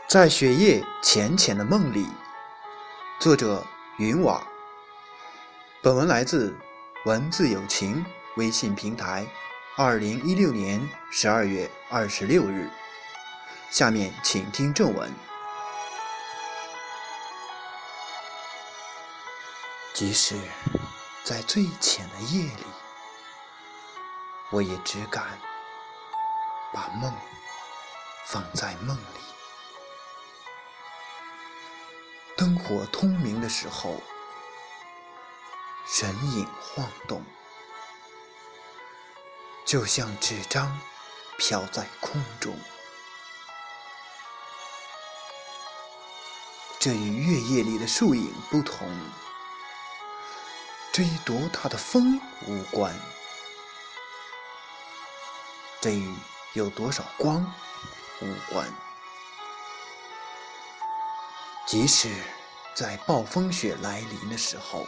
在雪夜浅浅的梦里，作者云瓦。本文来自文字有情微信平台，2016年12月26日。下面请听正文。即使在最浅的夜里，我也只敢把梦放在梦里。灯火通明的时候，人影晃动，就像纸张飘在空中。这与月夜里的树影不同，这与多大的风无关，这与有多少光无关。即使在暴风雪来临的时候，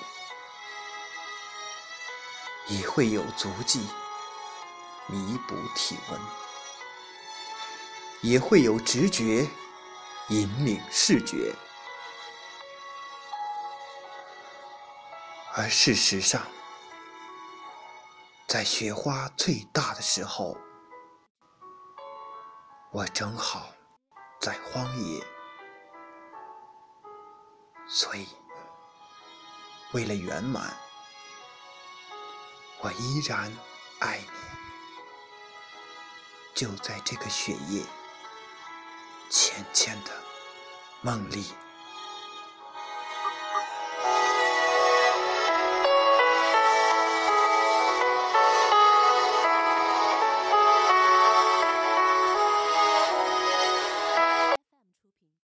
也会有足迹弥补体温，也会有直觉引领视觉。而事实上，在雪花最大的时候，我正好在荒野。所以，为了圆满，我依然爱你。就在这个雪夜，浅浅的梦里。